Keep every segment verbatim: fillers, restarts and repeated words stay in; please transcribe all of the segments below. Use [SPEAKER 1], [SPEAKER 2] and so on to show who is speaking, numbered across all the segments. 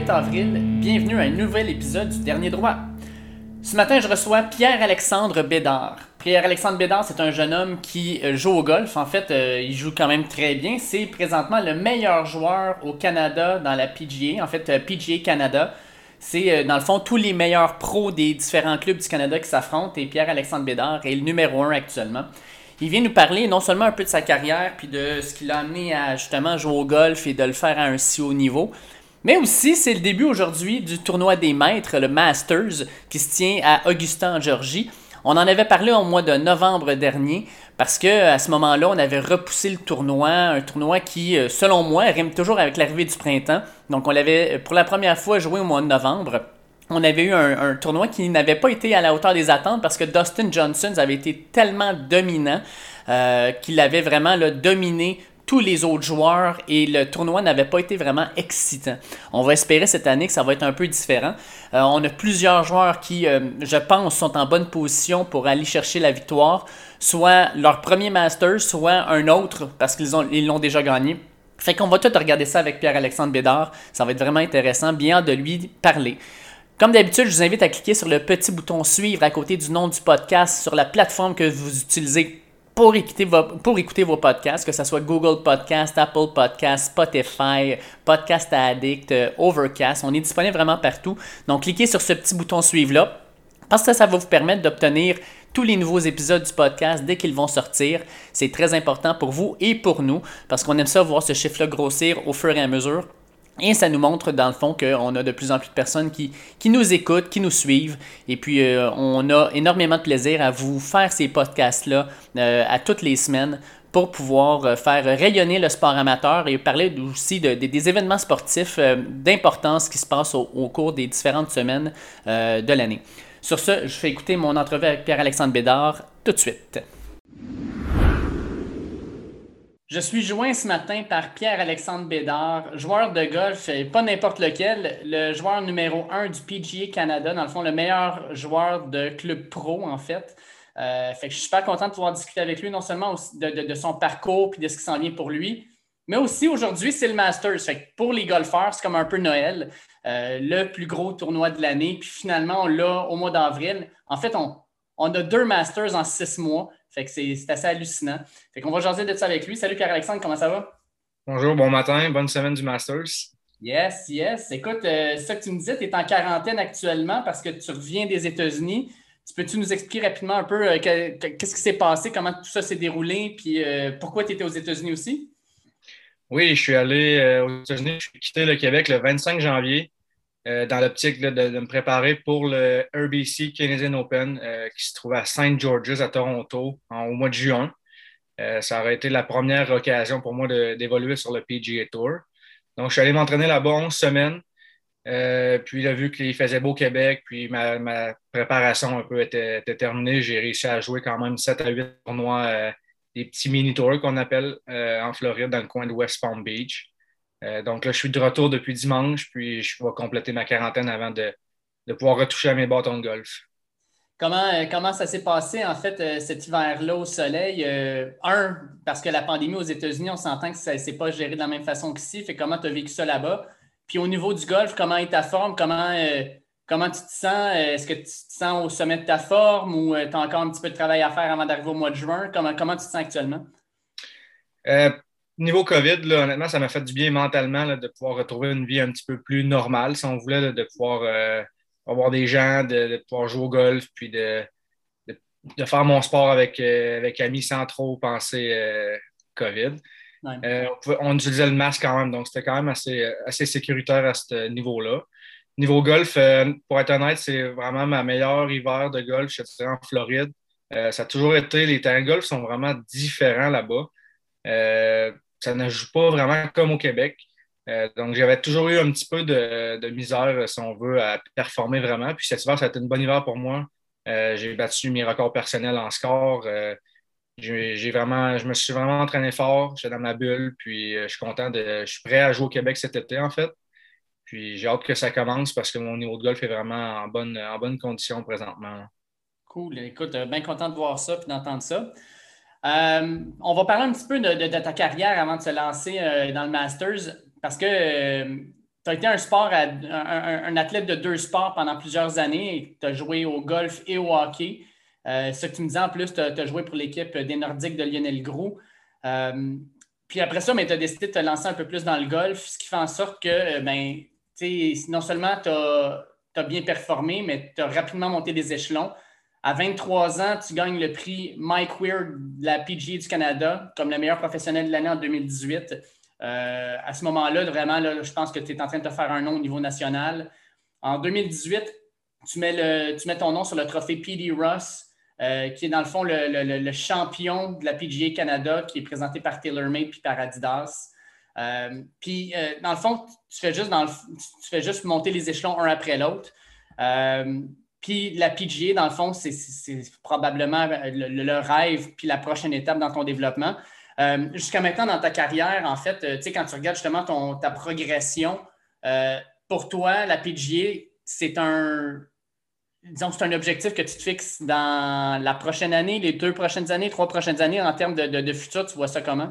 [SPEAKER 1] vingt avril, bienvenue à un nouvel épisode du Dernier Droit. Ce matin, je reçois Pierre-Alexandre Bédard. Pierre-Alexandre Bédard, c'est un jeune homme qui joue au golf. En fait, euh, il joue quand même très bien. C'est présentement le meilleur joueur au Canada dans la P G A. En fait, euh, P G A Canada, c'est euh, dans le fond tous les meilleurs pros des différents clubs du Canada qui s'affrontent. Et Pierre-Alexandre Bédard est le numéro un actuellement. Il vient nous parler non seulement un peu de sa carrière puis de ce qui l'a amené à justement jouer au golf et de le faire à un si haut niveau, mais aussi c'est le début aujourd'hui du tournoi des maîtres, le Masters, qui se tient à Augusta en Géorgie. On en avait parlé au mois de novembre dernier parce qu'à ce moment-là, on avait repoussé le tournoi, un tournoi qui, selon moi, rime toujours avec l'arrivée du printemps. Donc on l'avait pour la première fois joué au mois de novembre. On avait eu un, un tournoi qui n'avait pas été à la hauteur des attentes parce que Dustin Johnson avait été tellement dominant euh, qu'il avait vraiment là, dominé tous les autres joueurs et le tournoi n'avait pas été vraiment excitant. On va espérer cette année que ça va être un peu différent. Euh, on a plusieurs joueurs qui, euh, je pense, sont en bonne position pour aller chercher la victoire, soit leur premier Masters, soit un autre parce qu'ils ont, ils l'ont déjà gagné. Fait qu'on va tout regarder ça avec Pierre-Alexandre Bédard. Ça va être vraiment intéressant, bien de lui parler. Comme d'habitude, je vous invite à cliquer sur le petit bouton suivre à côté du nom du podcast sur la plateforme que vous utilisez pour écouter vos, pour écouter vos podcasts, que ce soit Google Podcast, Apple Podcast, Spotify, Podcast Addict, Overcast. On est disponible vraiment partout. Donc, cliquez sur ce petit bouton suivre-là parce que ça va vous permettre d'obtenir tous les nouveaux épisodes du podcast dès qu'ils vont sortir. C'est très important pour vous et pour nous parce qu'on aime ça voir ce chiffre-là grossir au fur et à mesure. Et ça nous montre dans le fond qu'on a de plus en plus de personnes qui, qui nous écoutent, qui nous suivent. Et puis euh, on a énormément de plaisir à vous faire ces podcasts-là euh, à toutes les semaines pour pouvoir faire rayonner le sport amateur et parler aussi de, de, des événements sportifs euh, d'importance qui se passent au, au cours des différentes semaines euh, de l'année. Sur ce, je fais écouter mon entrevue avec Pierre-Alexandre Bédard tout de suite. Je suis joint ce matin par Pierre-Alexandre Bédard, joueur de golf, pas n'importe lequel, le joueur numéro un du P G A Canada, dans le fond, le meilleur joueur de club pro, en fait. Euh, fait que je suis super content de pouvoir discuter avec lui, non seulement aussi de, de, de son parcours et de ce qui s'en vient pour lui, mais aussi aujourd'hui, c'est le Masters. Fait que pour les golfeurs, c'est comme un peu Noël, euh, le plus gros tournoi de l'année. Puis finalement, on l'a au mois d'avril. En fait, on, on a deux Masters en six mois. Fait que c'est, c'est assez hallucinant. Fait qu'on va jaser de ça avec lui. Salut Pierre-Alexandre, comment ça va?
[SPEAKER 2] Bonjour, bon matin, bonne semaine du Masters.
[SPEAKER 1] Yes, yes. Écoute, euh, c'est ça que tu me disais, tu es en quarantaine actuellement parce que tu reviens des États-Unis. Tu peux-tu nous expliquer rapidement un peu euh, que, que, qu'est-ce qui s'est passé, comment tout ça s'est déroulé, puis euh, pourquoi tu étais aux États-Unis aussi?
[SPEAKER 2] Oui, je suis allé euh, aux États-Unis, je suis quitté le Québec le vingt-cinq janvier euh, dans l'optique là, de, de me préparer pour le R B C Canadian Open euh, qui se trouve à Saint George's à Toronto en, au mois de juin. Euh, ça aurait été la première occasion pour moi de, d'évoluer sur le P G A Tour. Donc, je suis allé m'entraîner là-bas onze semaines. Euh, puis, là, vu qu'il faisait beau au Québec, puis ma, ma préparation un peu était, était terminée, j'ai réussi à jouer quand même sept à huit tournois, euh, des petits mini-tours qu'on appelle euh, en Floride, dans le coin de West Palm Beach. Euh, donc là, je suis de retour depuis dimanche, puis je vais compléter ma quarantaine avant de, de pouvoir retoucher à mes bâtons de golf.
[SPEAKER 1] Comment, euh, comment ça s'est passé, en fait, euh, cet hiver-là au soleil? Euh, un, parce que la pandémie aux États-Unis, on s'entend que ça ne s'est pas géré de la même façon qu'ici. Fait comment tu as vécu ça là-bas? Puis au niveau du golf, comment est ta forme? Comment, euh, comment tu te sens? Est-ce que tu te sens au sommet de ta forme ou euh, tu as encore un petit peu de travail à faire avant d'arriver au mois de juin? Comment, comment tu te sens actuellement?
[SPEAKER 2] Euh, Niveau COVID, là, honnêtement, ça m'a fait du bien mentalement là, de pouvoir retrouver une vie un petit peu plus normale, si on voulait, là, de pouvoir euh, avoir des gens, de, de pouvoir jouer au golf, puis de, de, de faire mon sport avec, euh, avec amis sans trop penser euh, COVID.
[SPEAKER 1] Ouais.
[SPEAKER 2] Euh, on, pouvait- on utilisait le masque quand même, donc c'était quand même assez, assez sécuritaire à ce niveau-là. Niveau golf, euh, pour être honnête, c'est vraiment ma meilleure hiver de golf, je dirais, en Floride. Euh, ça a toujours été, les terrains de golf sont vraiment différents là-bas. Euh, Ça ne joue pas vraiment comme au Québec. Euh, donc, j'avais toujours eu un petit peu de, de misère, si on veut, à performer vraiment. Puis cet hiver, ça a été une bonne hiver pour moi. Euh, j'ai battu mes records personnels en score. Euh, j'ai, j'ai vraiment, je me suis vraiment entraîné fort. J'étais dans ma bulle. Puis, euh, je suis content de. Je suis prêt à jouer au Québec cet été, en fait. Puis, j'ai hâte que ça commence parce que mon niveau de golf est vraiment en bonne, en bonne condition présentement.
[SPEAKER 1] Cool. Écoute, euh, bien content de voir ça et d'entendre ça. Euh, on va parler un petit peu de, de, de ta carrière avant de se lancer euh, dans le Masters parce que euh, tu as été un sport, à, un, un, un athlète de deux sports pendant plusieurs années. Tu as joué au golf et au hockey. Euh, ce que tu me disais en plus, tu as joué pour l'équipe des Nordiques de Lionel Groulx. Euh, puis après ça, tu as décidé de te lancer un peu plus dans le golf, ce qui fait en sorte que ben, non seulement tu as bien performé, mais tu as rapidement monté des échelons. À vingt-trois ans, tu gagnes le prix Mike Weir de la P G A du Canada comme le meilleur professionnel de l'année en deux mille dix-huit. Euh, à ce moment-là, vraiment, là, je pense que tu es en train de te faire un nom au niveau national. En deux mille dix-huit, tu mets, le, tu mets ton nom sur le trophée P D Ross, euh, qui est dans le fond le, le, le champion de la P G A Canada, qui est présenté par TaylorMade puis par Adidas. Euh, puis, euh, dans le fond, tu fais, juste dans le, tu fais juste monter les échelons un après l'autre. Euh, puis la P G A, dans le fond, c'est, c'est probablement le, le rêve puis la prochaine étape dans ton développement. Euh, jusqu'à maintenant, dans ta carrière, en fait, euh, tu sais, quand tu regardes justement ton, ta progression, euh, pour toi, la P G A, c'est un, disons, c'est un objectif que tu te fixes dans la prochaine année, les deux prochaines années, trois prochaines années, en termes de, de, de futur, tu vois ça comment?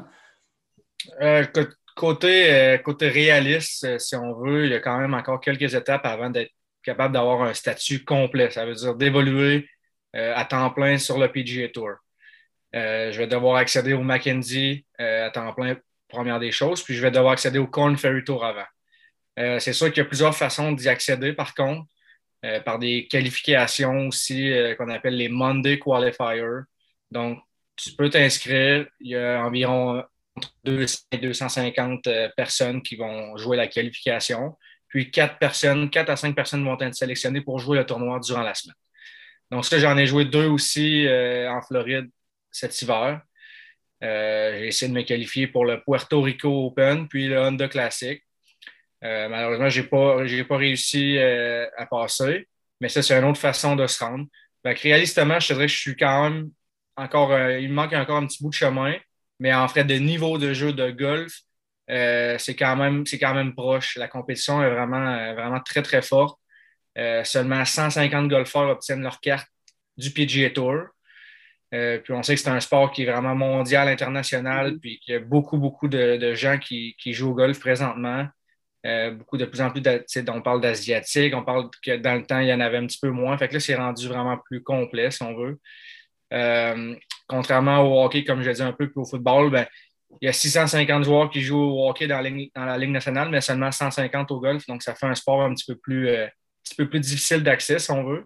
[SPEAKER 2] Euh, côté, euh, côté réaliste, euh, si on veut, il y a quand même encore quelques étapes avant d'être capable d'avoir un statut complet. Ça veut dire d'évoluer euh, à temps plein sur le P G A Tour. Euh, je vais devoir accéder au Mackenzie euh, à temps plein, première des choses, puis je vais devoir accéder au Korn Ferry Tour avant. Euh, c'est sûr qu'il y a plusieurs façons d'y accéder, par contre, euh, par des qualifications aussi euh, qu'on appelle les Monday Qualifiers. Donc, tu peux t'inscrire. Il y a environ entre deux cents et deux cent cinquante euh, personnes qui vont jouer la qualification. Puis, quatre personnes, quatre à cinq personnes vont être sélectionnées pour jouer le tournoi durant la semaine. Donc, ça, j'en ai joué deux aussi euh, en Floride cet hiver. Euh, j'ai essayé de me qualifier pour le Puerto Rico Open, puis le Honda Classic. Euh, malheureusement, je n'ai pas, j'ai pas réussi euh, à passer, mais ça, c'est une autre façon de se rendre. Donc, réalistement, je te dirais que je suis quand même encore, euh, il me manque encore un petit bout de chemin, mais en fait, de niveau de jeu de golf, euh, c'est quand même, c'est quand même proche. La compétition est vraiment, vraiment très, très forte. Euh, seulement cent cinquante golfeurs obtiennent leur carte du P G A Tour. Euh, puis on sait que c'est un sport qui est vraiment mondial, international, puis qu'il y a beaucoup, beaucoup de, de gens qui, qui jouent au golf présentement. Euh, beaucoup de plus en plus, on parle d'Asiatiques, on parle que dans le temps, il y en avait un petit peu moins. Fait que là, c'est rendu vraiment plus complet, si on veut. Euh, contrairement au hockey, comme je l'ai dit un peu, puis au football, ben, il y a six cent cinquante joueurs qui jouent au hockey dans la, ligne, dans la Ligue nationale, mais seulement cent cinquante au golf. Donc, ça fait un sport un petit peu plus, euh, un petit peu plus difficile d'accès, si on veut.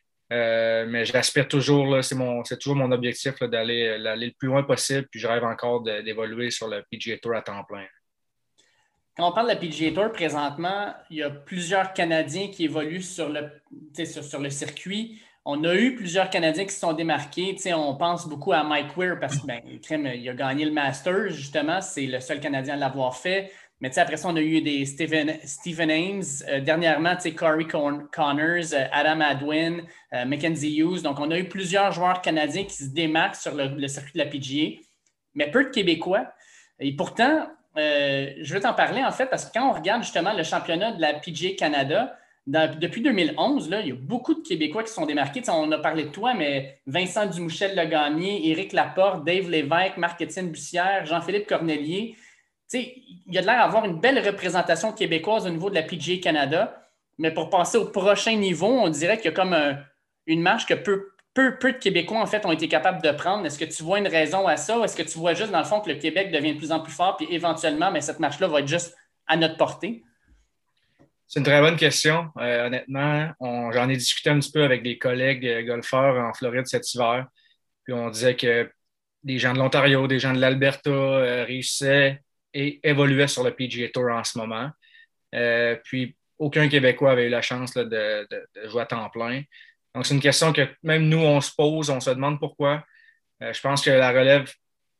[SPEAKER 2] Euh, mais j'aspire toujours, là, c'est, mon, c'est toujours mon objectif là, d'aller, d'aller le plus loin possible. Puis je rêve encore de, d'évoluer sur le P G A Tour à temps plein.
[SPEAKER 1] Quand on parle de la P G A Tour, présentement, il y a plusieurs Canadiens qui évoluent sur le, sur, sur le circuit. On a eu plusieurs Canadiens qui se sont démarqués. T'sais, on pense beaucoup à Mike Weir parce qu'il ben, il a gagné le Masters, justement. C'est le seul Canadien à l'avoir fait. Mais après ça, on a eu des Stephen, Stephen Ames. Euh, dernièrement, Corey Con- Connors, euh, Adam Hadwin, euh, Mackenzie Hughes. Donc, on a eu plusieurs joueurs canadiens qui se démarquent sur le, le circuit de la P G A, mais peu de Québécois. Et pourtant, euh, je veux t'en parler, en fait, parce que quand on regarde justement le championnat de la P G A Canada, dans, depuis deux mille onze, là, il y a beaucoup de Québécois qui sont démarqués. T'sais, on a parlé de toi, mais Vincent Dumouchel l'a gagné, Éric Laporte, Dave Lévesque, Marc-Étienne Bussière, Jean-Philippe Cornelier. T'sais, il y a l'air d'avoir une belle représentation québécoise au niveau de la P G A Canada, mais pour passer au prochain niveau, on dirait qu'il y a comme un, une marche que peu, peu, peu de Québécois, en fait, ont été capables de prendre. Est-ce que tu vois une raison à ça ou est-ce que tu vois juste, dans le fond, que le Québec devient de plus en plus fort puis éventuellement, mais cette marche-là va être juste à notre portée?
[SPEAKER 2] C'est une très bonne question. Euh, honnêtement, on, j'en ai discuté un petit peu avec des collègues euh, golfeurs en Floride cet hiver. Puis on disait que des gens de l'Ontario, des gens de l'Alberta euh, réussissaient et évoluaient sur le P G A Tour en ce moment. Euh, puis aucun Québécois avait eu la chance là, de, de, de jouer à temps plein. Donc, c'est une question que même nous, on se pose, on se demande pourquoi. Euh, je pense que la relève,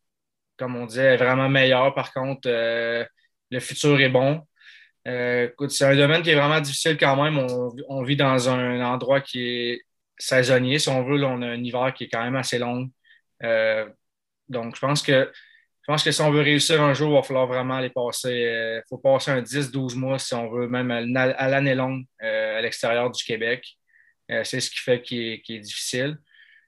[SPEAKER 2] comme on disait, est vraiment meilleure. Par contre, euh, le futur est bon. Euh, écoute, c'est un domaine qui est vraiment difficile quand même. On, on vit dans un endroit qui est saisonnier, si on veut. Là, on a un hiver qui est quand même assez long. Euh, donc, je pense que je pense que si on veut réussir un jour, il va falloir vraiment aller passer. Il euh, faut passer un dix douze mois si on veut, même à, à l'année longue euh, à l'extérieur du Québec. Euh, c'est ce qui fait qu'il est, qu'il est difficile.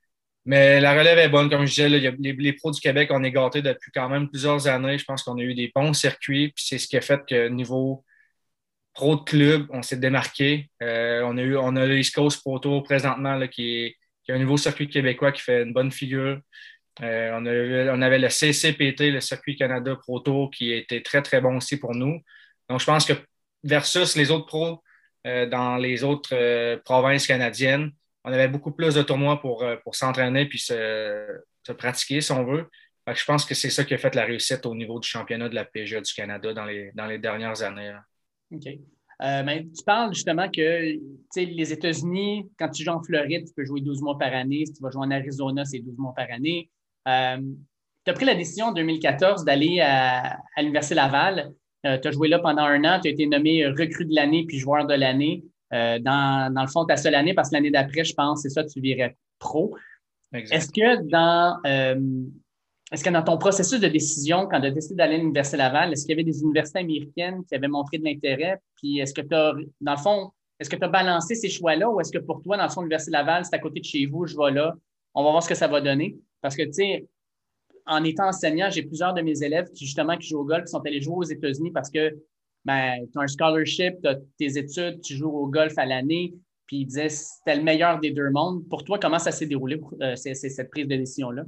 [SPEAKER 2] Mais la relève est bonne, comme je disais, là, il y a, les, les pros du Québec, on est gâtés depuis quand même plusieurs années. Je pense qu'on a eu des bons circuits, puis c'est ce qui a fait que niveau pro de club, on s'est démarqué. Euh, on a eu, on a le East Coast Pro Tour présentement là, qui, est, qui est un nouveau circuit québécois qui fait une bonne figure. Euh, on, a, on avait le C C P T, le Circuit Canada Pro Tour, qui était très, très bon aussi pour nous. Donc, je pense que versus les autres pros euh, dans les autres euh, provinces canadiennes, on avait beaucoup plus de tournois pour, euh, pour s'entraîner puis se, se pratiquer, si on veut. Fait que je pense que c'est ça qui a fait la réussite au niveau du championnat de la P G A du Canada dans les, dans les dernières années. Là.
[SPEAKER 1] OK. Euh, mais tu parles justement que les États-Unis, quand tu joues en Floride, tu peux jouer douze mois par année. Si tu vas jouer en Arizona, c'est douze mois par année. Euh, tu as pris la décision en deux mille quatorze d'aller à, à l'Université Laval. Euh, tu as joué là pendant un an. Tu as été nommé recrue de l'année puis joueur de l'année. Euh, dans, dans le fond, ta seule année, parce que l'année d'après, je pense, c'est ça, tu virais pro. Exact. Est-ce que dans euh, est-ce que dans ton processus de décision, quand tu as décidé d'aller à l'Université Laval, est-ce qu'il y avait des universités américaines qui avaient montré de l'intérêt? Puis est-ce que tu as, dans le fond, est-ce que tu as balancé ces choix-là ou est-ce que pour toi, dans le fond, l'Université Laval, c'est à côté de chez vous, je vais là, on va voir ce que ça va donner? Parce que, tu sais, en étant enseignant, j'ai plusieurs de mes élèves qui, justement, qui jouent au golf, qui sont allés jouer aux États-Unis parce que ben, tu as un scholarship, tu as tes études, tu joues au golf à l'année, puis ils disaient c'était le meilleur des deux mondes. Pour toi, comment ça s'est déroulé, euh, c'est, c'est cette prise de décision-là?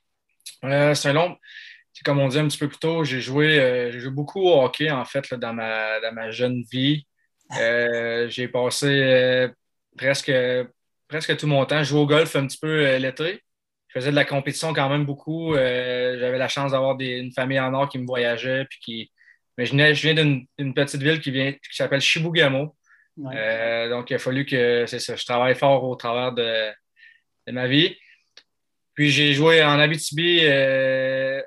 [SPEAKER 2] Euh, c'est un long. Comme on dit un petit peu plus tôt, j'ai joué, euh, j'ai joué beaucoup au hockey, en fait, là, dans, ma, dans ma jeune vie. Euh, j'ai passé euh, presque, presque tout mon temps. Je jouais au golf un petit peu euh, l'été. Je faisais de la compétition quand même beaucoup. Euh, j'avais la chance d'avoir des, une famille en or qui me voyageait. Puis qui... Mais je, venais, je viens d'une, d'une petite ville qui, vient, qui s'appelle Chibougamau. Ouais. Euh, donc, il a fallu que c'est ça, je travaille fort au travers de, de ma vie. Puis j'ai joué en Abitibi, euh,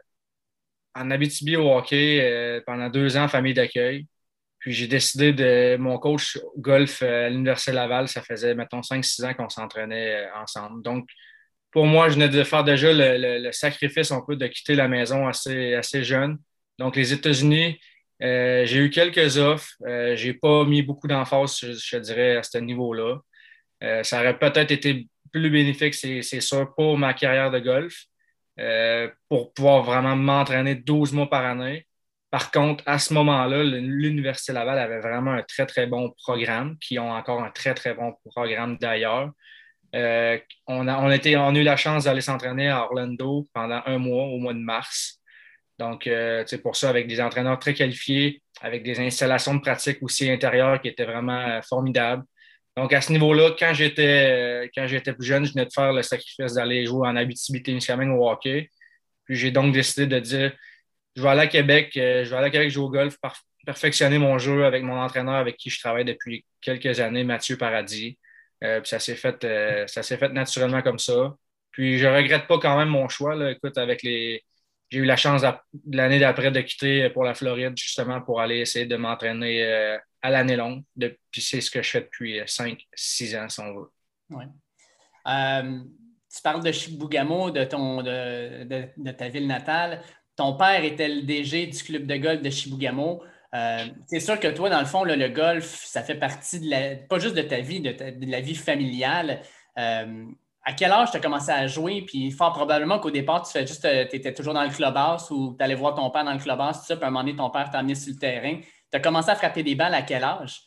[SPEAKER 2] en Abitibi au hockey euh, pendant deux ans en famille d'accueil. Puis j'ai décidé de mon coach golf à l'Université Laval, ça faisait, mettons, cinq six ans qu'on s'entraînait ensemble. Donc, pour moi, je venais de faire déjà le, le, le sacrifice un peu de quitter la maison assez, assez jeune. Donc, les États-Unis, euh, j'ai eu quelques offres. Euh, je n'ai pas mis beaucoup d'emphase, je, je dirais, à ce niveau-là. Euh, ça aurait peut-être été plus bénéfique, c'est, c'est sûr, pour ma carrière de golf, euh, pour pouvoir vraiment m'entraîner douze mois par année. Par contre, à ce moment-là, l'Université Laval avait vraiment un très, très bon programme, qui ont encore un très, très bon programme d'ailleurs. Euh, on, a, on, a été, on a eu la chance d'aller s'entraîner à Orlando pendant un mois, au mois de mars. Donc, euh, pour ça, avec des entraîneurs très qualifiés, avec des installations de pratique aussi intérieures qui étaient vraiment euh, formidables. Donc, à ce niveau-là, quand j'étais, euh, quand j'étais plus jeune, je venais de faire le sacrifice d'aller jouer en Abitibi-Témiscamingue au hockey. Puis, j'ai donc décidé de dire, je vais aller à Québec, euh, je vais aller à Québec jouer au golf, par- perfectionner mon jeu avec mon entraîneur avec qui je travaille depuis quelques années, Mathieu Paradis. Euh, puis ça s'est fait, euh, ça s'est fait naturellement comme ça. Puis je regrette pas quand même mon choix. Là. Écoute, avec les. J'ai eu la chance à, l'année d'après de quitter pour la Floride, justement, pour aller essayer de m'entraîner euh, à l'année longue. De, puis c'est ce que je fais depuis cinq six ans, si on veut.
[SPEAKER 1] Oui. Euh, tu parles de Chibougamau, de, ton, de, de, de ta ville natale. Ton père était le D G du club de golf de Chibougamau. Euh, c'est sûr que toi, dans le fond, là, le golf, ça fait partie de la, pas juste de ta vie, de, ta, de la vie familiale. Euh, à quel âge tu as commencé à jouer? Puis fort probablement qu'au départ, tu fais juste, tu étais toujours dans le clubhouse ou tu allais voir ton père dans le clubhouse, tout ça, puis à un moment donné, ton père t'a amené sur le terrain. Tu as commencé à frapper des balles à quel âge?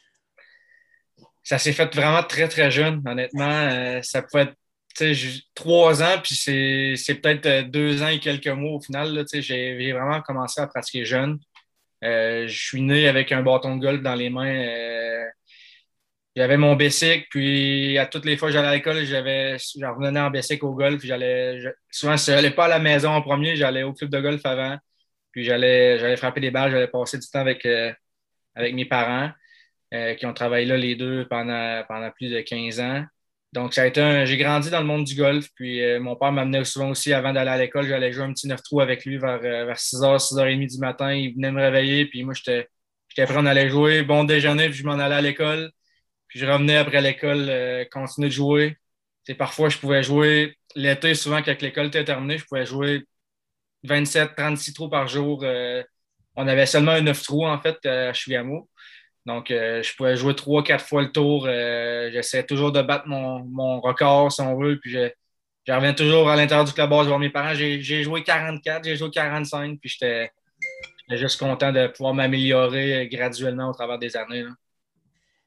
[SPEAKER 2] Ça s'est fait vraiment très, très jeune, honnêtement. Euh, ça pouvait être j'ai trois ans, puis c'est, c'est peut-être deux ans et quelques mois au final. Là, j'ai, j'ai vraiment commencé à pratiquer jeune. Euh, je suis né avec un bâton de golf dans les mains. Euh, j'avais mon bicycle, puis à toutes les fois que j'allais à l'école, j'avais, j'en revenais en bicycle au golf. J'allais, je, souvent, je n'allais pas à la maison en premier, j'allais au club de golf avant. Puis j'allais, j'allais frapper des balles, j'allais passer du temps avec, euh, avec mes parents euh, qui ont travaillé là les deux pendant, pendant plus de quinze ans. Donc, ça a été un... j'ai grandi dans le monde du golf. Puis, euh, mon père m'amenait souvent aussi avant d'aller à l'école. J'allais jouer un petit neuf trous avec lui vers, euh, vers six heures, six heures trente du matin. Il venait me réveiller. Puis, moi, j'étais, j'étais prêt, on allait jouer. Bon déjeuner, puis je m'en allais à l'école. Puis, je revenais après l'école, euh, continuer de jouer. T'sais, parfois, je pouvais jouer l'été, souvent, quand l'école était terminée, je pouvais jouer vingt-sept, trente-six trous par jour. Euh, on avait seulement un neuf trous, en fait, à Chibougamau. Donc, euh, je pouvais jouer trois, quatre fois le tour. Euh, j'essayais toujours de battre mon, mon record, si on veut. Puis, je, je reviens toujours à l'intérieur du clubhouse voir mes parents. J'ai, j'ai joué quarante-quatre, j'ai joué quarante-cinq. Puis, j'étais, j'étais juste content de pouvoir m'améliorer graduellement au travers des années. Là.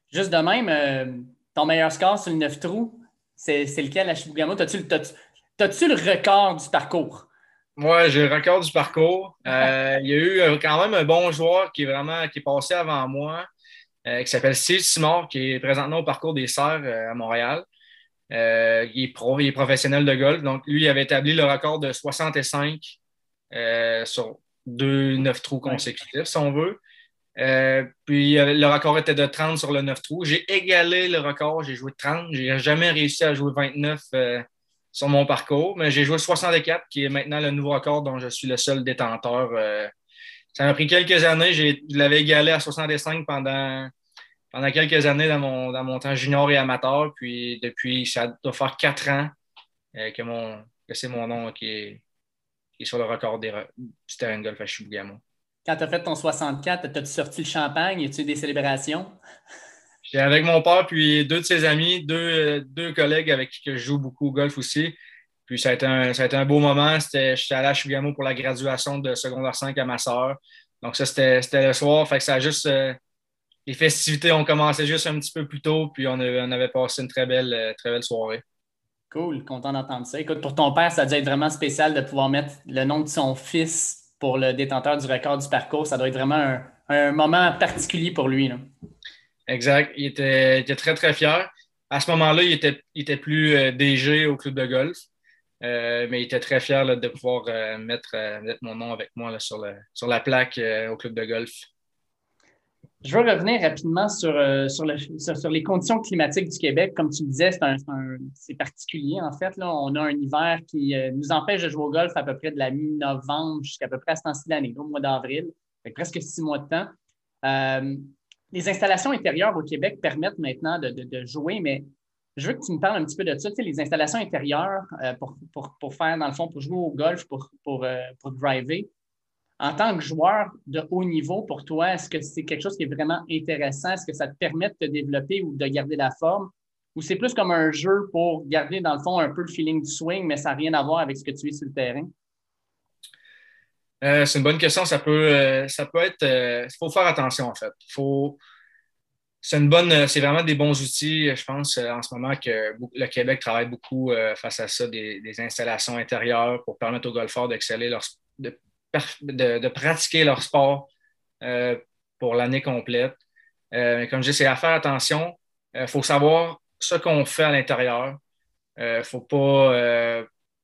[SPEAKER 1] Juste de même, euh, ton meilleur score sur le neuf trous, c'est, c'est lequel à Chibougamau? T'as-tu, le- t'as-tu, t'as-tu le record du parcours?
[SPEAKER 2] Moi, j'ai le record du parcours. Euh, il y a eu euh, quand même un bon joueur qui est vraiment qui est passé avant moi, euh, qui s'appelle Steve Simard, qui est présentement au parcours des Serres euh, à Montréal. Euh, il est pro, il est professionnel de golf. Donc, lui, il avait établi le record de soixante-cinq euh, sur deux neuf trous
[SPEAKER 1] Ouais.
[SPEAKER 2] consécutifs, si on veut. Euh, puis euh, le record était de trente sur le neuf trous. J'ai égalé le record, j'ai joué trente. J'ai jamais réussi à jouer vingt-neuf euh, sur mon parcours, mais j'ai joué soixante-quatre, qui est maintenant le nouveau record dont je suis le seul détenteur. Euh, ça m'a pris quelques années. J'ai, je l'avais égalé à soixante-cinq pendant, pendant quelques années dans mon, dans mon temps junior et amateur. Puis depuis, ça doit faire quatre ans euh, que, mon, que c'est mon nom qui est, qui est sur le record des, du terrain de golf à Chibougamau.
[SPEAKER 1] Quand tu as fait ton soixante-quatre, t'as-tu sorti le champagne? Y a-tu eu des célébrations?
[SPEAKER 2] J'étais avec mon père puis deux de ses amis, deux, euh, deux collègues avec qui que je joue beaucoup au golf aussi. Puis ça a été un, ça a été un beau moment. C'était, j'étais allé à Chibougamau pour la graduation de secondaire cinq à ma sœur. Donc ça, c'était, c'était le soir. Fait que ça a juste... euh, les festivités ont commencé juste un petit peu plus tôt, puis on avait, on avait passé une très belle, euh, très belle soirée.
[SPEAKER 1] Cool, content d'entendre ça. Écoute, pour ton père, ça a dû être vraiment spécial de pouvoir mettre le nom de son fils pour le détenteur du record du parcours. Ça doit être vraiment un, un moment particulier pour lui, là.
[SPEAKER 2] Exact. Il était, il était très, très fier. À ce moment-là, il était, il était plus euh, D G au club de golf, euh, mais il était très fier là, de pouvoir euh, mettre, euh, mettre mon nom avec moi là, sur, le, sur la plaque euh, au club de golf.
[SPEAKER 1] Je veux revenir rapidement sur, euh, sur, le, sur, sur les conditions climatiques du Québec. Comme tu le disais, c'est, un, c'est, un, c'est particulier, en fait. Là. On a un hiver qui euh, nous empêche de jouer au golf à peu près de la mi-novembre jusqu'à peu près à ce temps-ci de l'année, au mois d'avril. Fait que presque six mois de temps. Euh, les installations intérieures au Québec permettent maintenant de, de, de jouer, mais je veux que tu me parles un petit peu de ça. Tu sais, les installations intérieures euh, pour, pour, pour faire, dans le fond, pour jouer au golf, pour, pour, euh, pour driver. En tant que joueur de haut niveau, pour toi, est-ce que c'est quelque chose qui est vraiment intéressant? Est-ce que ça te permet de te développer ou de garder la forme? Ou c'est plus comme un jeu pour garder, dans le fond, un peu le feeling du swing, mais ça n'a rien à voir avec ce que tu es sur le terrain?
[SPEAKER 2] Euh, c'est une bonne question. Ça peut, euh, ça peut être. Il faut faire attention, en fait. Faut, c'est une bonne, euh, c'est vraiment des bons outils, je pense, euh, en ce moment que le Québec travaille beaucoup euh, face à ça, des, des installations intérieures pour permettre aux golfeurs d'exceller leur, de, de, de pratiquer leur sport euh, pour l'année complète. Euh, comme je dis, c'est à faire attention. Il faut savoir ce qu'on fait à l'intérieur. Il ne faut pas. Euh,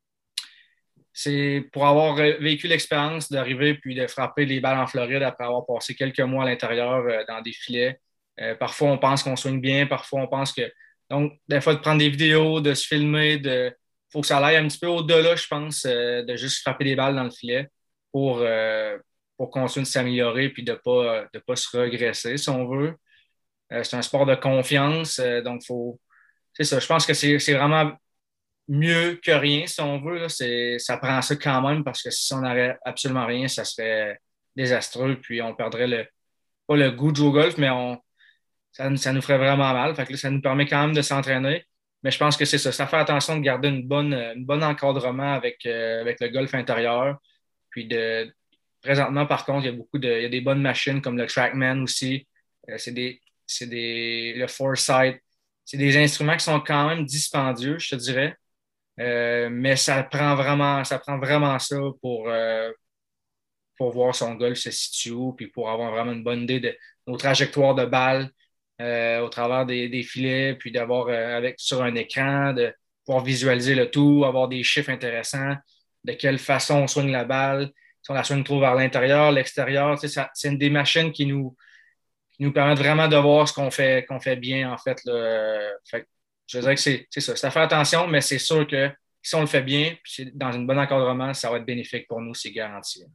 [SPEAKER 2] c'est pour avoir vécu l'expérience d'arriver puis de frapper les balles en Floride après avoir passé quelques mois à l'intérieur euh, dans des filets. Euh, parfois, on pense qu'on swing bien, parfois, on pense que. Donc, des fois, de prendre des vidéos, de se filmer, de. Il faut que ça aille un petit peu au-delà, je pense, euh, de juste frapper des balles dans le filet pour, euh, pour continuer de s'améliorer puis de ne pas, de pas se regresser, si on veut. Euh, c'est un sport de confiance, euh, donc faut. C'est ça, je pense que c'est c'est vraiment mieux que rien, si on veut. Là. C'est, ça prend ça quand même parce que si on n'avait absolument rien, ça serait désastreux. Puis on perdrait le, pas le goût de jouer au golf, mais on, ça, ça nous ferait vraiment mal. Fait que là, ça nous permet quand même de s'entraîner. Mais je pense que c'est ça. Ça fait attention de garder une bonne, une bonne encadrement avec, euh, avec le golf intérieur. Puis de, présentement, par contre, il y a beaucoup de, il y a des bonnes machines comme le TrackMan aussi. Euh, c'est des, c'est des, le Foresight. C'est des instruments qui sont quand même dispendieux, je te dirais. Euh, mais ça prend vraiment, ça prend vraiment ça pour, euh, pour voir son golf se situe où, puis pour avoir vraiment une bonne idée de nos trajectoires de balles euh, au travers des, des filets, puis d'avoir euh, avec sur un écran, de pouvoir visualiser le tout, avoir des chiffres intéressants, de quelle façon on soigne la balle, si on la soigne trop vers l'intérieur, l'extérieur. Tu sais, ça, c'est une des machines qui nous, qui nous permettent vraiment de voir ce qu'on fait, qu'on fait bien, en fait. Là. Fait je dirais que c'est, c'est ça. C'est à faire attention, mais c'est sûr que si on le fait bien, puis c'est dans un bon encadrement, ça va être bénéfique pour nous, c'est garanti.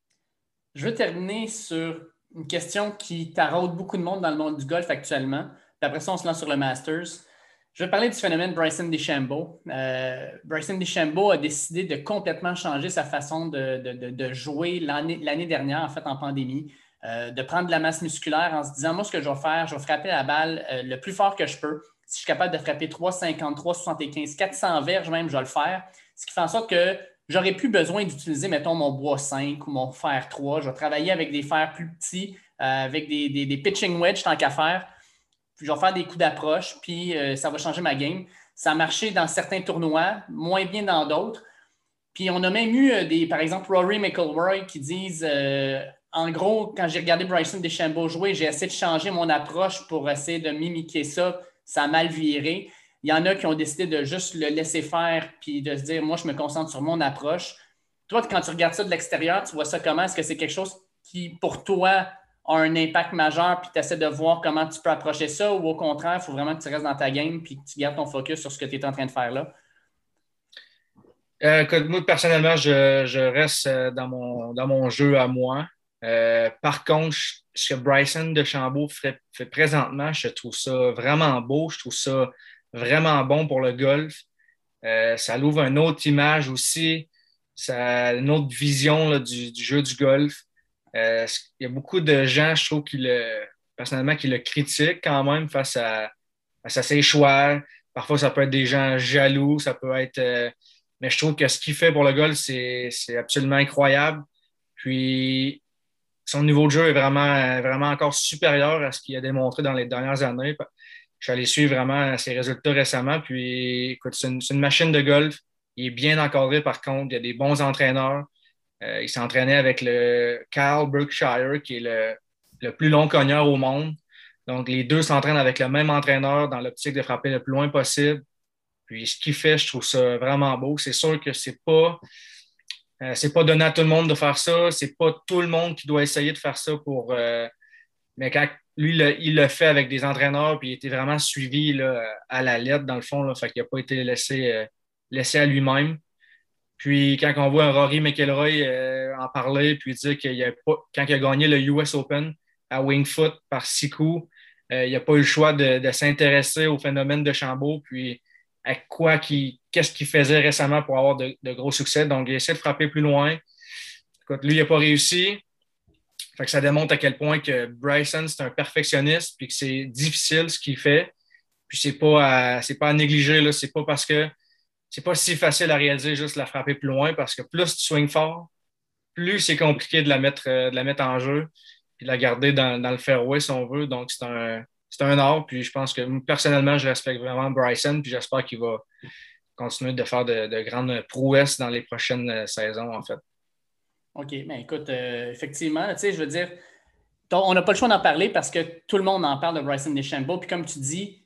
[SPEAKER 1] Je veux terminer sur une question qui taraude beaucoup de monde dans le monde du golf actuellement. Puis après ça, on se lance sur le Masters. Je vais parler du phénomène Bryson DeChambeau. Euh, Bryson DeChambeau a décidé de complètement changer sa façon de, de, de jouer l'année, l'année dernière, en fait, en pandémie, euh, de prendre de la masse musculaire en se disant, moi, ce que je vais faire, je vais frapper la balle euh, le plus fort que je peux. Si je suis capable de frapper trois cinquante, trois soixante-quinze, quatre cents verges même, je vais le faire. Ce qui fait en sorte que j'aurais plus besoin d'utiliser, mettons, mon bois cinq ou mon fer trois. Je vais travailler avec des fers plus petits, euh, avec des, des, des pitching wedges tant qu'à faire. puis je vais faire des coups d'approche, puis euh, ça va changer ma game. Ça a marché dans certains tournois, moins bien dans d'autres. Puis on a même eu, euh, des, par exemple, Rory McIlroy qui disent, euh, en gros, quand j'ai regardé Bryson DeChambeau jouer, j'ai essayé de changer mon approche pour essayer de mimiquer ça. Ça a mal viré. Il y en a qui ont décidé de juste le laisser faire puis de se dire, moi, je me concentre sur mon approche. Toi, quand tu regardes ça de l'extérieur, tu vois ça comment? Est-ce que c'est quelque chose qui, pour toi, a un impact majeur puis tu essaies de voir comment tu peux approcher ça ou au contraire, il faut vraiment que tu restes dans ta game puis que tu gardes ton focus sur ce que tu es en train de faire là?
[SPEAKER 2] Euh, écoute, moi, personnellement, je, je reste euh, dans mon, dans mon jeu à moi. Euh, par contre, je- ce que Bryson DeChambeau fait, fait présentement, je trouve ça vraiment beau. Je trouve ça vraiment bon pour le golf. Euh, ça l'ouvre une autre image aussi, ça a une autre vision là, du, du jeu du golf. Euh, il y a beaucoup de gens, je trouve, qui le, personnellement, qui le critiquent quand même face à, face à ses choix. Parfois, ça peut être des gens jaloux, ça peut être. Euh, mais je trouve que ce qu'il fait pour le golf, c'est, c'est absolument incroyable. Puis, son niveau de jeu est vraiment, vraiment encore supérieur à ce qu'il a démontré dans les dernières années. Je suis allé suivre vraiment ses résultats récemment. Puis, écoute, c'est une, c'est une machine de golf. Il est bien encadré, par contre. Il y a des bons entraîneurs. Euh, il s'est entraîné avec le Kyle Berkshire, qui est le, le plus long cogneur au monde. Donc, les deux s'entraînent avec le même entraîneur dans l'optique de frapper le plus loin possible. Puis, ce qu'il fait, je trouve ça vraiment beau. C'est sûr que c'est pas, euh, c'est pas donné à tout le monde de faire ça. C'est pas tout le monde qui doit essayer de faire ça pour. Euh, mais quand lui, le- il le fait avec des entraîneurs, puis il était vraiment suivi là, à la lettre, dans le fond. Là, fait qu'il n'a pas été laissé, euh, laissé à lui-même. Puis quand on voit un Rory McIlroy euh, en parler, puis dire qu'il y a pas, quand il a gagné le U S Open à Winged Foot par six coups, euh, il n'a pas eu le choix de, de s'intéresser au phénomène de Chambaud, puis à quoi qui, qu'est-ce qu'il faisait récemment pour avoir de, de gros succès. Donc, il essaie de frapper plus loin. Écoute, lui, il n'a pas réussi. Fait que ça démontre à quel point que Bryson, c'est un perfectionniste, puis que c'est difficile ce qu'il fait. Puis c'est pas à, c'est pas à négliger, là. C'est pas parce que c'est pas si facile à réaliser juste la frapper plus loin, parce que plus tu swings fort, plus c'est compliqué de la mettre, euh, de la mettre en jeu, puis de la garder dans, dans le fairway si on veut. Donc c'est un, c'est un art. Puis je pense que personnellement, je respecte vraiment Bryson, puis j'espère qu'il va continuer de faire de, de grandes prouesses dans les prochaines saisons, en fait.
[SPEAKER 1] OK, mais écoute, euh, effectivement, tu sais, je veux dire, on n'a pas le choix d'en parler parce que tout le monde en parle de Bryson DeChambeau. Puis comme tu dis,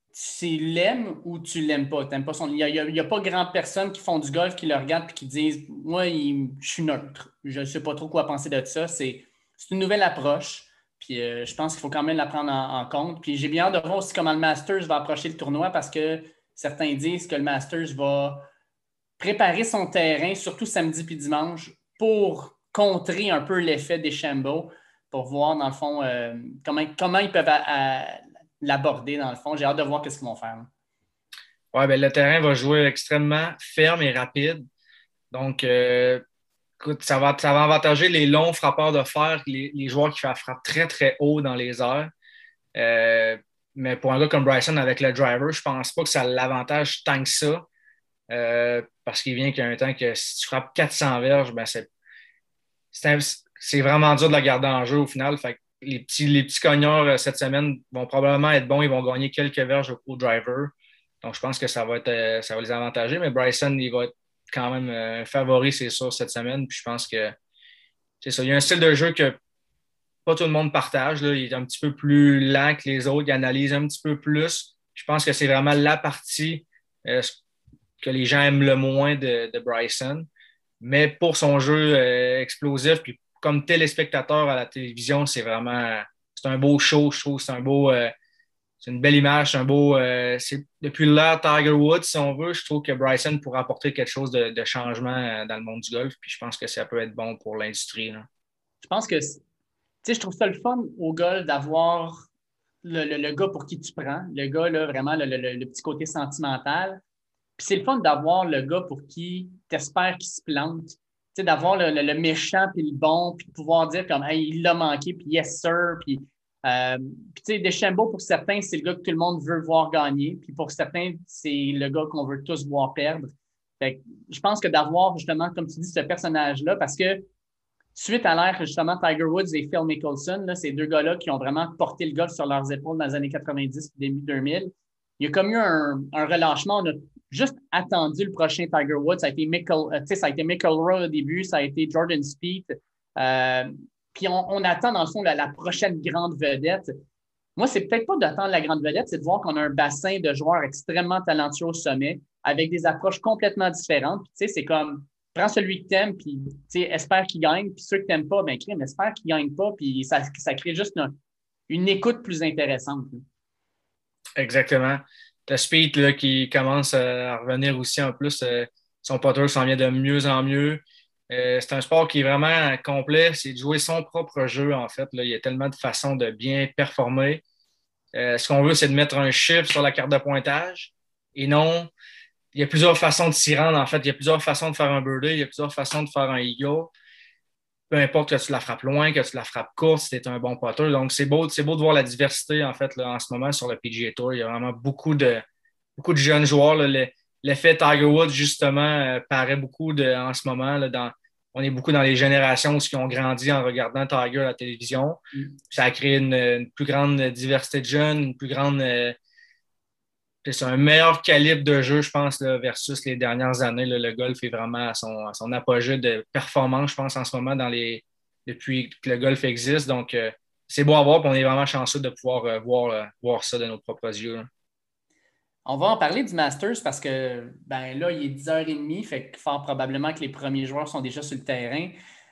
[SPEAKER 1] tu l'aimes ou tu l'aimes pas. T'aimes pas son... Il n'y a, il y a, pas grand personne qui font du golf qui le regardent et qui disent moi, il... je suis neutre. Je ne sais pas trop quoi penser de ça. C'est, c'est une nouvelle approche. Puis euh, je pense qu'il faut quand même la prendre en, en compte. Puis j'ai bien hâte de voir aussi comment le Masters va approcher le tournoi parce que certains disent que le Masters va préparer son terrain, surtout samedi puis dimanche, pour contrer un peu l'effet des Chambeaux, pour voir, dans le fond, euh, comment, comment ils peuvent à, à l'aborder, dans le fond. J'ai hâte de voir ce qu'ils vont faire.
[SPEAKER 2] Ouais, ben, le terrain va jouer extrêmement ferme et rapide. Donc, euh, écoute, ça va, ça va avantager les longs frappeurs de fer, les, les joueurs qui frappent très, très haut dans les airs. Euh, mais pour un gars comme Bryson avec le driver, je pense pas que ça l'avantage tant que ça. Euh, parce qu'il vient qu'il y a un temps que si tu frappes quatre cents verges, ben c'est, c'est, un- c'est vraiment dur de la garder en jeu au final. Fait que les petits, les petits cogneurs euh, cette semaine vont probablement être bons. Ils vont gagner quelques verges au, au driver. Donc, je pense que ça va, être, euh, ça va les avantager. Mais Bryson, il va être quand même euh, un favori, c'est sûr, cette semaine. Puis je pense que c'est ça. Il y a un style de jeu que pas tout le monde partage. Là. Il est un petit peu plus lent que les autres. Il analyse un petit peu plus. Je pense que c'est vraiment la partie euh, que les gens aiment le moins de, de Bryson. Mais pour son jeu euh, explosif, puis comme téléspectateur à la télévision, c'est vraiment c'est un beau show, je trouve. C'est un beau, euh, c'est une belle image, c'est un beau. Euh, c'est, depuis l'ère Tiger Woods, si on veut, je trouve que Bryson pourrait apporter quelque chose de, de changement euh, dans le monde du golf. Puis je pense que ça peut être bon pour l'industrie. Là.
[SPEAKER 1] Je pense que, tu sais, je trouve ça le fun au golf d'avoir le, le, le gars pour qui tu prends, le gars, là, vraiment, le, le, le petit côté sentimental. Puis c'est le fun d'avoir le gars pour qui t'espères qu'il se plante. Tu sais, d'avoir le, le, le méchant puis le bon, puis de pouvoir dire comme hey, il l'a manqué, puis yes sir. Puis, euh, puis tu sais, Deschambeau, pour certains, c'est le gars que tout le monde veut voir gagner. Puis pour certains, c'est le gars qu'on veut tous voir perdre. Fait que je pense que d'avoir justement, comme tu dis, ce personnage-là, parce que suite à l'ère, justement, Tiger Woods et Phil Mickelson, là, ces deux gars-là qui ont vraiment porté le golf sur leurs épaules dans les années quatre-vingt-dix et début deux mille, il y a comme eu un, un relâchement. On a juste attendu le prochain Tiger Woods. Ça a été Michael, euh, ça a été McIlroy au début, ça a été Jordan Spieth. Euh, puis on, on attend, dans le fond, la, la prochaine grande vedette. Moi, c'est peut-être pas d'attendre la grande vedette, c'est de voir qu'on a un bassin de joueurs extrêmement talentueux au sommet, avec des approches complètement différentes. Puis, tu sais, c'est comme, prends celui que t'aimes, puis, tu sais, espère qu'il gagne, puis ceux que t'aimes pas, ben, crème, espère qu'il gagne pas, puis ça, ça crée juste une, une écoute plus intéressante.
[SPEAKER 2] Exactement. Le Speed là, qui commence à revenir aussi en plus. Euh, son putter s'en vient de mieux en mieux. Euh, c'est un sport qui est vraiment complet. C'est de jouer son propre jeu, en fait. Là. Il y a tellement de façons de bien performer. Euh, ce qu'on veut, c'est de mettre un chiffre sur la carte de pointage. Et non, il y a plusieurs façons de s'y rendre, en fait. Il y a plusieurs façons de faire un birdie. Il y a plusieurs façons de faire un eagle. Peu importe que tu la frappes loin, que tu la frappes courte, si tu es un bon putter. Donc, c'est beau, c'est beau de voir la diversité, en fait, là, en ce moment sur le P G A Tour. Il y a vraiment beaucoup de, beaucoup de jeunes joueurs. Là. Le, l'effet Tiger Woods, justement, euh, paraît beaucoup de, en ce moment. Là, dans, on est beaucoup dans les générations qui ont grandi en regardant Tiger à la télévision. Mm. Ça a créé une, une plus grande diversité de jeunes, une plus grande... Euh, c'est un meilleur calibre de jeu, je pense, là, versus les dernières années. Là, le golf est vraiment à son, à son apogée de performance, je pense, en ce moment, dans les, depuis que le golf existe. Donc, euh, c'est beau à voir, puis on est vraiment chanceux de pouvoir euh, voir, euh, voir ça de nos propres yeux. Là.
[SPEAKER 1] On va en parler du Masters parce que ben là, il est dix heures trente, fait que fort probablement que les premiers joueurs sont déjà sur le terrain.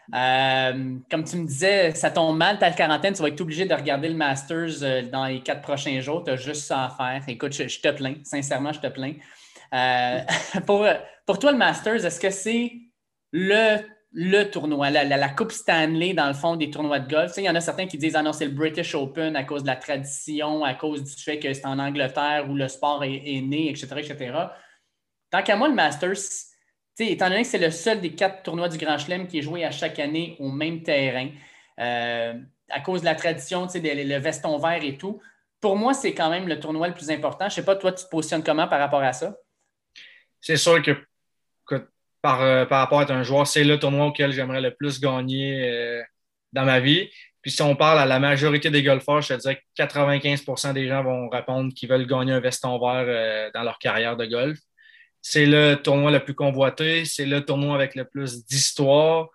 [SPEAKER 1] Euh, comme tu me disais, ça tombe mal, ta quarantaine, tu vas être obligé de regarder le Masters euh, dans les quatre prochains jours. Tu as juste ça à faire. Écoute, je, je te plains. Sincèrement, je te plains. Euh, pour, pour toi, le Masters, est-ce que c'est le, le tournoi, la, la, la Coupe Stanley, dans le fond, des tournois de golf? Tu sais, il y en a certains qui disent « Ah non, c'est le British Open à cause de la tradition, à cause du fait que c'est en Angleterre où le sport est, est né, et cetera, et cetera » Tant qu'à moi, le Masters... T'sais, étant donné que c'est le seul des quatre tournois du Grand Chelem qui est joué à chaque année au même terrain, euh, à cause de la tradition, le veston vert et tout, pour moi, c'est quand même le tournoi le plus important. Je ne sais pas, toi, tu te positionnes comment par rapport à ça?
[SPEAKER 2] C'est sûr que, que par, euh, par rapport à être un joueur, c'est le tournoi auquel j'aimerais le plus gagner euh, dans ma vie. Puis si on parle à la majorité des golfeurs, je te dirais que quatre-vingt-quinze pour cent des gens vont répondre qu'ils veulent gagner un veston vert euh, dans leur carrière de golf. C'est le tournoi le plus convoité, c'est le tournoi avec le plus d'histoire.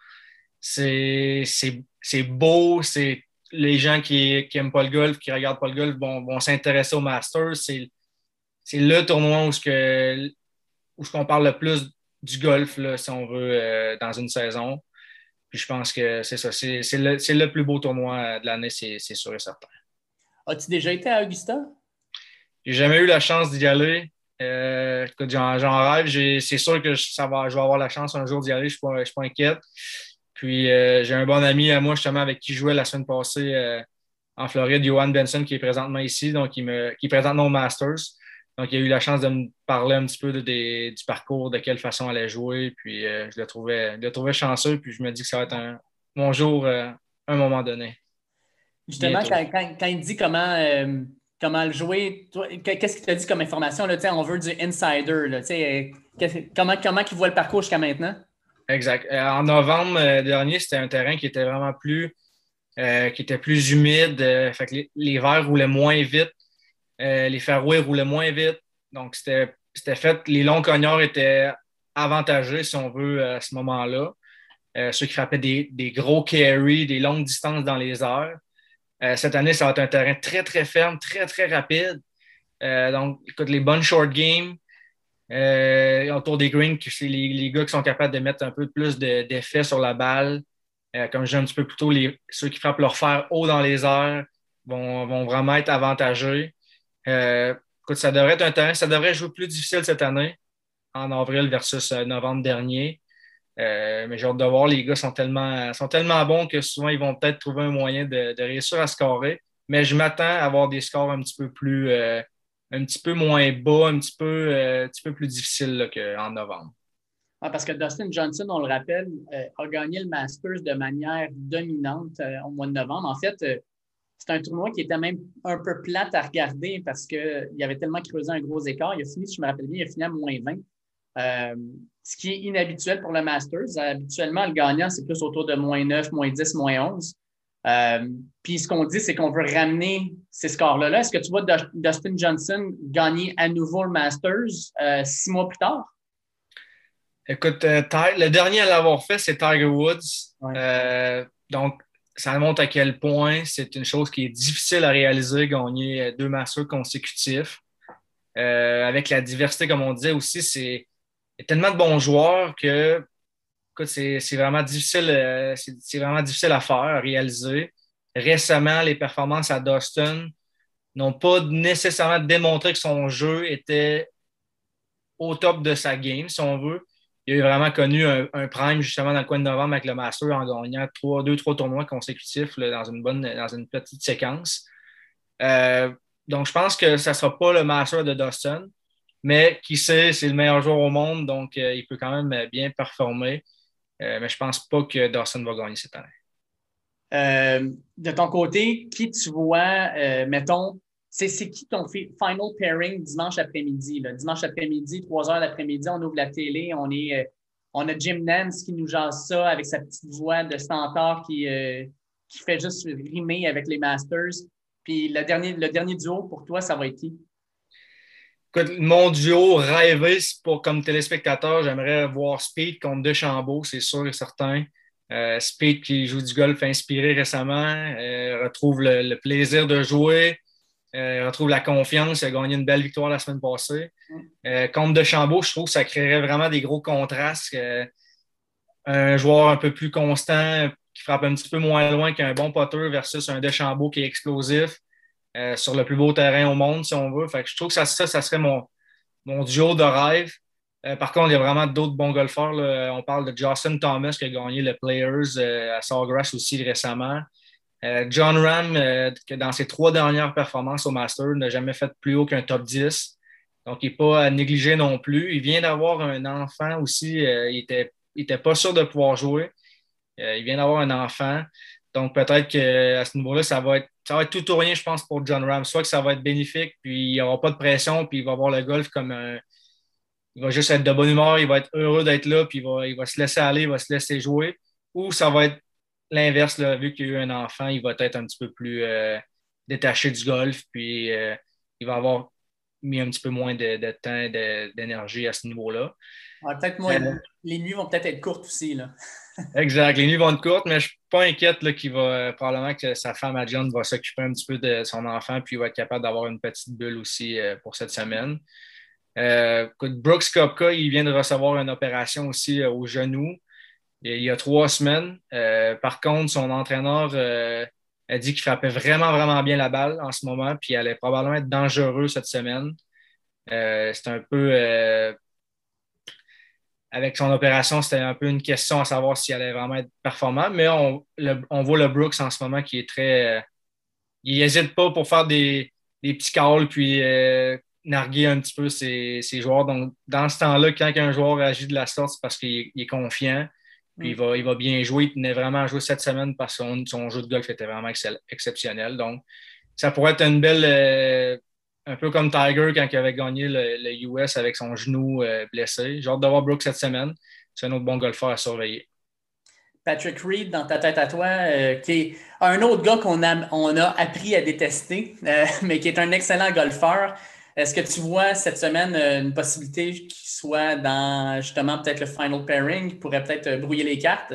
[SPEAKER 2] C'est, c'est, c'est beau, c'est les gens qui n'aiment pas le golf, qui ne regardent pas le golf, vont, vont s'intéresser au Masters. C'est, c'est le tournoi où, ce que, où ce qu'on parle le plus du golf, là, si on veut, euh, dans une saison. Puis je pense que c'est ça. C'est, c'est, le, c'est le plus beau tournoi de l'année, c'est, c'est sûr et certain.
[SPEAKER 1] As-tu déjà été à Augusta?
[SPEAKER 2] J'ai jamais eu la chance d'y aller. Euh, écoute, j'en, j'en rêve. J'ai, c'est sûr que ça va, je vais avoir la chance un jour d'y aller. Je ne suis, suis pas inquiète. Puis, euh, j'ai un bon ami à moi, justement, avec qui je jouais la semaine passée euh, en Floride, Johan Benson, qui est présentement ici, donc il me, qui présente nos Masters. Donc, il a eu la chance de me parler un petit peu de, de, du parcours, de quelle façon elle allait jouer. Puis, euh, je le trouvais, je le trouvais chanceux. Puis, je me dis que ça va être un, mon jour euh, à un moment donné.
[SPEAKER 1] Justement, quand, quand, quand il dit comment... Euh... Comment le jouer? Toi, qu'est-ce qu'il t'a dit comme information? Là, on veut du insider. Là, comment, comment il voit le parcours jusqu'à maintenant?
[SPEAKER 2] Exact. En novembre dernier, c'était un terrain qui était vraiment plus, euh, qui était plus humide. Euh, fait que les, les verres roulaient moins vite. Euh, les fairways roulaient moins vite. Donc, c'était, c'était fait. Les longs cognards étaient avantagés, si on veut, à ce moment-là. Euh, ceux qui frappaient des, des gros carry, des longues distances dans les airs. Euh, cette année, ça va être un terrain très, très ferme, très, très rapide. Euh, donc, écoute, les bonnes short games euh, autour des greens, c'est les, les gars qui sont capables de mettre un peu plus de, d'effet sur la balle. Euh, comme je disais un petit peu plus tôt, les, ceux qui frappent leur fer haut dans les airs vont, vont vraiment être avantagés. Euh, écoute, ça devrait être un terrain, ça devrait jouer plus difficile cette année, en avril versus novembre dernier. Euh, mais j'ai hâte de voir, les gars sont tellement, sont tellement bons que souvent, ils vont peut-être trouver un moyen de, de réussir à scorer. Mais je m'attends à avoir des scores un petit peu plus, euh, un petit peu moins bas, un petit peu, euh, un petit peu plus difficiles là, qu'en novembre.
[SPEAKER 1] Ah, parce que Dustin Johnson, on le rappelle, euh, a gagné le Masters de manière dominante euh, au mois de novembre. En fait, euh, c'est un tournoi qui était même un peu plate à regarder parce qu'il avait tellement creusé un gros écart. Il a fini, si je me rappelle bien, il a fini à moins vingt. Euh, ce qui est inhabituel pour le Masters. Habituellement, le gagnant, c'est plus autour de moins neuf, moins dix, moins onze. Euh, puis ce qu'on dit, c'est qu'on veut ramener ces scores-là. Là. Est-ce que tu vois Dustin Johnson gagner à nouveau le Masters euh, six mois plus tard?
[SPEAKER 2] Écoute, euh, Ty- le dernier à l'avoir fait, c'est Tiger Woods.
[SPEAKER 1] Ouais.
[SPEAKER 2] Euh, donc, ça montre à quel point c'est une chose qui est difficile à réaliser, gagner deux Masters consécutifs. Euh, avec la diversité, comme on disait aussi, c'est il y a tellement de bons joueurs que écoute, c'est, c'est vraiment difficile, euh, c'est, c'est vraiment difficile à faire, à réaliser. Récemment, les performances à Dustin n'ont pas nécessairement démontré que son jeu était au top de sa game, si on veut. Il a vraiment connu un, un prime justement dans le coin de novembre avec le Master en gagnant trois, deux, trois tournois consécutifs là, dans une bonne, dans une petite séquence. Euh, donc, je pense que ça ne sera pas le Master de Dustin, mais qui sait, c'est le meilleur joueur au monde, donc euh, il peut quand même bien performer. Euh, mais je ne pense pas que Dustin va gagner cette année.
[SPEAKER 1] Euh, de ton côté, qui tu vois, euh, mettons, c'est, c'est qui ton final pairing dimanche après-midi? Là? Dimanche après-midi, trois heures d'après-midi, on ouvre la télé, on est, euh, on a Jim Nance qui nous jase ça avec sa petite voix de stentor qui, euh, qui fait juste rimer avec les Masters. Puis le dernier, le dernier duo pour toi, ça va être qui?
[SPEAKER 2] Écoute, mon duo rêvé, c'est pour comme téléspectateur, j'aimerais voir Speed contre DeChambeau, c'est sûr et certain. Euh, Speed qui joue du golf inspiré récemment, euh, retrouve le, le plaisir de jouer, euh, retrouve la confiance, il a gagné une belle victoire la semaine passée. Euh, contre DeChambeau, je trouve que ça créerait vraiment des gros contrastes. Euh, un joueur un peu plus constant, qui frappe un petit peu moins loin qu'un bon poteur versus un DeChambeau qui est explosif. Euh, sur le plus beau terrain au monde, si on veut. Fait que je trouve que ça, ça, ça serait mon, mon duo de rêve. Euh, par contre, il y a vraiment d'autres bons golfeurs. Là. On parle de Justin Thomas qui a gagné le Players euh, à Sawgrass aussi récemment. Euh, John Ram, euh, que dans ses trois dernières performances au Masters, n'a jamais fait plus haut qu'un top dix. Donc, il n'est pas à négliger non plus. Il vient d'avoir un enfant aussi. Euh, il n'était il était pas sûr de pouvoir jouer. Euh, il vient d'avoir un enfant. Donc, peut-être qu'à ce niveau-là, ça va être, ça va être tout ou rien, je pense, pour John Ram. Soit que ça va être bénéfique, puis il n'y aura pas de pression, puis il va voir le golf comme un. Il va juste être de bonne humeur, il va être heureux d'être là, puis il va, il va se laisser aller, il va se laisser jouer. Ou ça va être l'inverse, là, vu qu'il y a eu un enfant, il va être un petit peu plus euh, détaché du golf, puis euh, il va avoir mis un petit peu moins de, de temps, de, d'énergie à ce niveau-là.
[SPEAKER 1] Ouais, peut-être moi,
[SPEAKER 2] Euh,
[SPEAKER 1] les nuits vont peut-être être courtes aussi. Là.
[SPEAKER 2] Exact. Les nuits vont être courtes, mais je ne suis pas inquiète là, qu'il va euh, probablement que sa femme à John va s'occuper un petit peu de son enfant, puis il va être capable d'avoir une petite bulle aussi euh, pour cette semaine. Euh, écoute, Brooks Koepka, il vient de recevoir une opération aussi euh, au genou il y a trois semaines. Euh, par contre, son entraîneur euh, a dit qu'il frappait vraiment, vraiment bien la balle en ce moment, puis elle allait probablement être dangereux cette semaine. Euh, c'est un peu. Euh, avec son opération, c'était un peu une question à savoir s'il allait vraiment être performant, mais on, le, on voit le Brooks en ce moment qui est très. Euh, il n'hésite pas pour faire des, des petits calls puis euh, narguer un petit peu ses, ses joueurs. Donc, dans ce temps-là, quand un joueur agit de la sorte, c'est parce qu'il il est confiant, puis mm. il, va, il va bien jouer. Il tenait vraiment à jouer cette semaine parce que son, son jeu de golf était vraiment excell, exceptionnel. Donc, ça pourrait être une belle. Euh, un peu comme Tiger quand il avait gagné le, le U S avec son genou euh, blessé. J'ai hâte de voir Brooks cette semaine. C'est un autre bon golfeur à surveiller.
[SPEAKER 1] Patrick Reed, dans ta tête à toi, euh, qui est un autre gars qu'on a, on a appris à détester, euh, mais qui est un excellent golfeur. Est-ce que tu vois cette semaine euh, une possibilité qu'il soit dans justement peut-être le final pairing, qui pourrait peut-être euh, brouiller les cartes?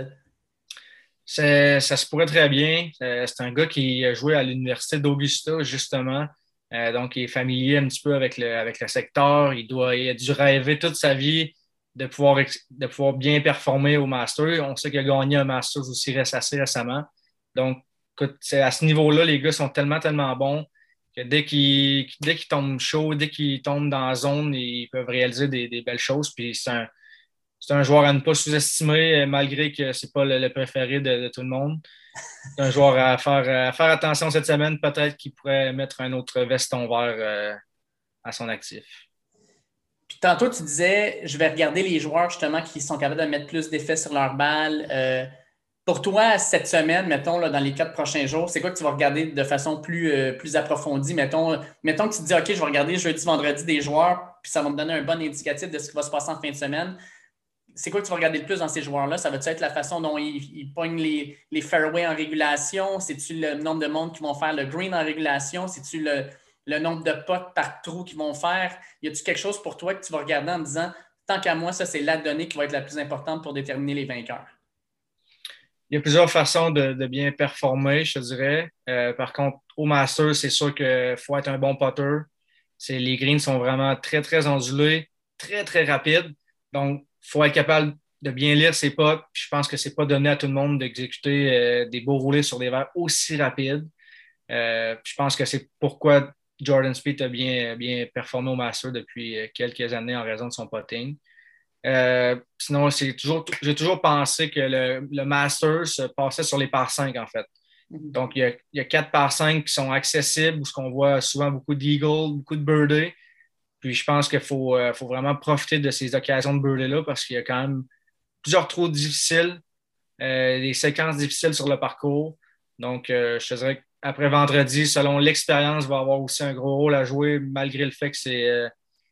[SPEAKER 2] C'est, ça se pourrait très bien. C'est un gars qui a joué à l'université d'Augusta, justement. Euh, donc, il est familier un petit peu avec le, avec le secteur. Il, doit, il a dû rêver toute sa vie de pouvoir, de pouvoir bien performer au Masters. On sait qu'il a gagné un Masters aussi assez récemment. Donc, écoute, c'est à ce niveau-là, les gars sont tellement, tellement bons que dès qu'ils, dès qu'ils tombent chaud, dès qu'ils tombent dans la zone, ils peuvent réaliser des, des belles choses. Puis c'est un, c'est un joueur à ne pas sous-estimer, malgré que ce n'est pas le, le préféré de, de tout le monde. C'est un joueur à faire, à faire attention cette semaine. Peut-être qu'il pourrait mettre un autre veston vert euh, à son actif.
[SPEAKER 1] Puis tantôt, tu disais, je vais regarder les joueurs justement qui sont capables de mettre plus d'effets sur leur balle. Euh, Pour toi, cette semaine, mettons, là, dans les quatre prochains jours, c'est quoi que tu vas regarder de façon plus, euh, plus approfondie? Mettons, mettons que tu te dis, OK, je vais regarder jeudi, vendredi des joueurs, puis ça va me donner un bon indicatif de ce qui va se passer en fin de semaine. C'est quoi que tu vas regarder le plus dans ces joueurs-là? Ça va-tu être la façon dont ils, ils pognent les, les fairways en régulation? C'est-tu le nombre de monde qui vont faire le green en régulation? C'est-tu le, le nombre de potes par trou qu'ils vont faire? Y a-tu quelque chose pour toi que tu vas regarder en disant, tant qu'à moi, ça, c'est la donnée qui va être la plus importante pour déterminer les vainqueurs?
[SPEAKER 2] Il y a plusieurs façons de, de bien performer, je te dirais. Euh, par contre, au Masters, c'est sûr qu'il faut être un bon putter. C'est, les greens sont vraiment très, très ondulés, très, très rapides. Donc, il faut être capable de bien lire ses putts. Je pense que ce n'est pas donné à tout le monde d'exécuter euh, des beaux roulés sur des verres aussi rapides. Euh, je pense que c'est pourquoi Jordan Spieth a bien, bien performé au Masters depuis quelques années en raison de son putting. Euh, sinon, c'est toujours, j'ai toujours pensé que le, le Masters se passait sur les par cinq, en fait. Mm-hmm. Donc, il y, a, il y a quatre par cinq qui sont accessibles, où on voit souvent beaucoup d'eagle, beaucoup de birdie. Puis, je pense qu'il faut, euh, faut vraiment profiter de ces occasions de birdie-là parce qu'il y a quand même plusieurs trous difficiles, euh, des séquences difficiles sur le parcours. Donc, euh, je te dirais qu'après vendredi, selon l'expérience, va avoir aussi un gros rôle à jouer, malgré le fait que c'est... Euh,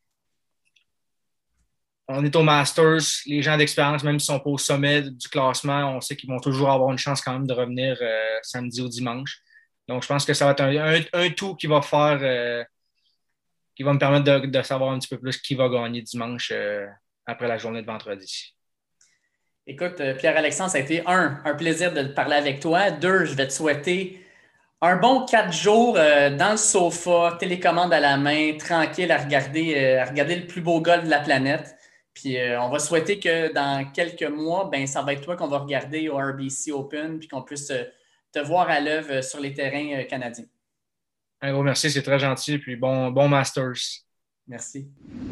[SPEAKER 2] On est au Masters, les gens d'expérience, même s'ils ne sont pas au sommet du classement, on sait qu'ils vont toujours avoir une chance quand même de revenir euh, samedi ou dimanche. Donc, je pense que ça va être un, un, un tout qui va faire, euh, qui va me permettre de, de savoir un petit peu plus qui va gagner dimanche euh, après la journée de vendredi.
[SPEAKER 1] Écoute, Pierre-Alexandre, ça a été un, un plaisir de parler avec toi. Deux, je vais te souhaiter un bon quatre jours euh, dans le sofa, télécommande à la main, tranquille à regarder, euh, à regarder le plus beau golf de la planète. Puis euh, on va souhaiter que dans quelques mois, ben, ça va être toi qu'on va regarder au R B C Open puis qu'on puisse euh, te voir à l'œuvre sur les terrains euh, canadiens.
[SPEAKER 2] Un gros merci, c'est très gentil. Puis bon, bon Masters.
[SPEAKER 1] Merci.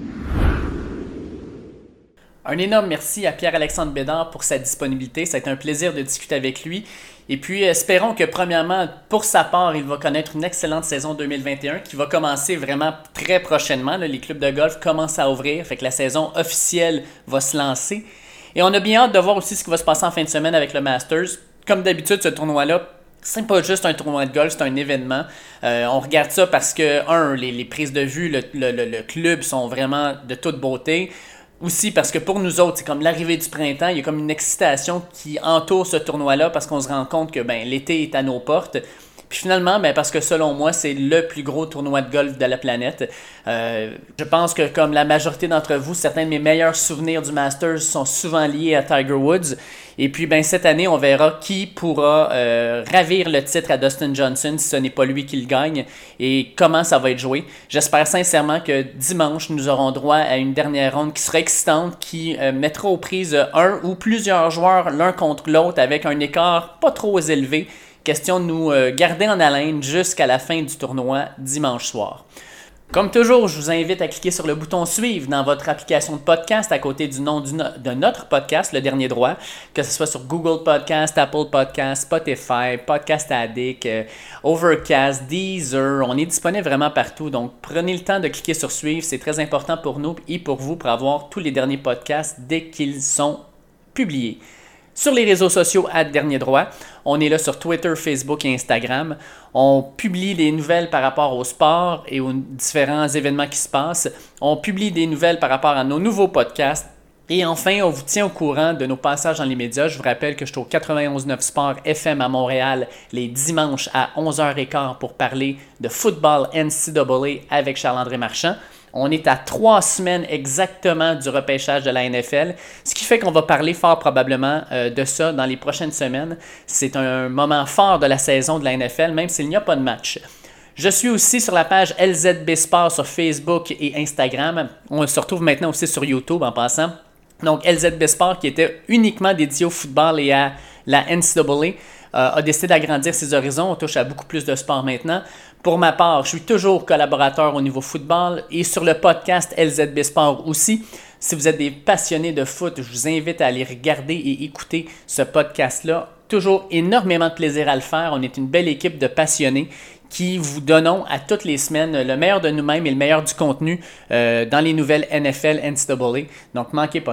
[SPEAKER 1] Un énorme merci à Pierre-Alexandre Bédard pour sa disponibilité. Ça a été un plaisir de discuter avec lui. Et puis, espérons que, premièrement, pour sa part, il va connaître une excellente saison deux mille vingt et un qui va commencer vraiment très prochainement. Là, les clubs de golf commencent à ouvrir, fait que la saison officielle va se lancer. Et on a bien hâte de voir aussi ce qui va se passer en fin de semaine avec le Masters. Comme d'habitude, ce tournoi-là, c'est pas juste un tournoi de golf, c'est un événement. Euh, on regarde ça parce que, un, les, les prises de vue, le, le, le, le club sont vraiment de toute beauté. Aussi parce que pour nous autres, c'est comme l'arrivée du printemps, il y a comme une excitation qui entoure ce tournoi-là parce qu'on se rend compte que ben, l'été est à nos portes. Puis finalement, ben, parce que selon moi, c'est le plus gros tournoi de golf de la planète. Euh, je pense que comme la majorité d'entre vous, certains de mes meilleurs souvenirs du Masters sont souvent liés à Tiger Woods. Et puis ben, cette année, on verra qui pourra euh, ravir le titre à Dustin Johnson si ce n'est pas lui qui le gagne et comment ça va être joué. J'espère sincèrement que dimanche, nous aurons droit à une dernière ronde qui sera excitante, qui euh, mettra aux prises un ou plusieurs joueurs l'un contre l'autre avec un écart pas trop élevé. Question de nous euh, garder en haleine jusqu'à la fin du tournoi dimanche soir. Comme toujours, je vous invite à cliquer sur le bouton suivre dans votre application de podcast à côté du nom du no- de notre podcast, Le Dernier Droit, que ce soit sur Google Podcast, Apple Podcast, Spotify, Podcast Addict, euh, Overcast, Deezer. On est disponible vraiment partout, donc prenez le temps de cliquer sur suivre. C'est très important pour nous et pour vous pour avoir tous les derniers podcasts dès qu'ils sont publiés. Sur les réseaux sociaux à Dernier Droit, on est là sur Twitter, Facebook et Instagram. On publie des nouvelles par rapport au sport et aux différents événements qui se passent. On publie des nouvelles par rapport à nos nouveaux podcasts. Et enfin, on vous tient au courant de nos passages dans les médias. Je vous rappelle que je suis au quatre-vingt-onze neuf Sport F M à Montréal les dimanches à onze heures quinze pour parler de football N C A A avec Charles-André Marchand. On est à trois semaines exactement du repêchage de la N F L, ce qui fait qu'on va parler fort probablement euh, de ça dans les prochaines semaines. C'est un moment fort de la saison de la N F L, même s'il n'y a pas de match. Je suis aussi sur la page L Z B Sport sur Facebook et Instagram. On se retrouve maintenant aussi sur YouTube en passant. Donc L Z B Sport qui était uniquement dédié au football et à la N C A A euh, a décidé d'agrandir ses horizons. On touche à beaucoup plus de sports maintenant. Pour ma part, je suis toujours collaborateur au niveau football et sur le podcast L Z B Sport aussi. Si vous êtes des passionnés de foot, je vous invite à aller regarder et écouter ce podcast-là. Toujours énormément de plaisir à le faire. On est une belle équipe de passionnés qui vous donnons à toutes les semaines le meilleur de nous-mêmes et le meilleur du contenu euh, dans les nouvelles N F L, N C A A. Donc, manquez pas ça.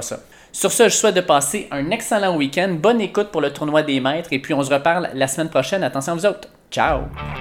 [SPEAKER 1] Sur ce, je souhaite de passer un excellent week-end. Bonne écoute pour le tournoi des maîtres et puis on se reparle la semaine prochaine. Attention à vous autres. Ciao!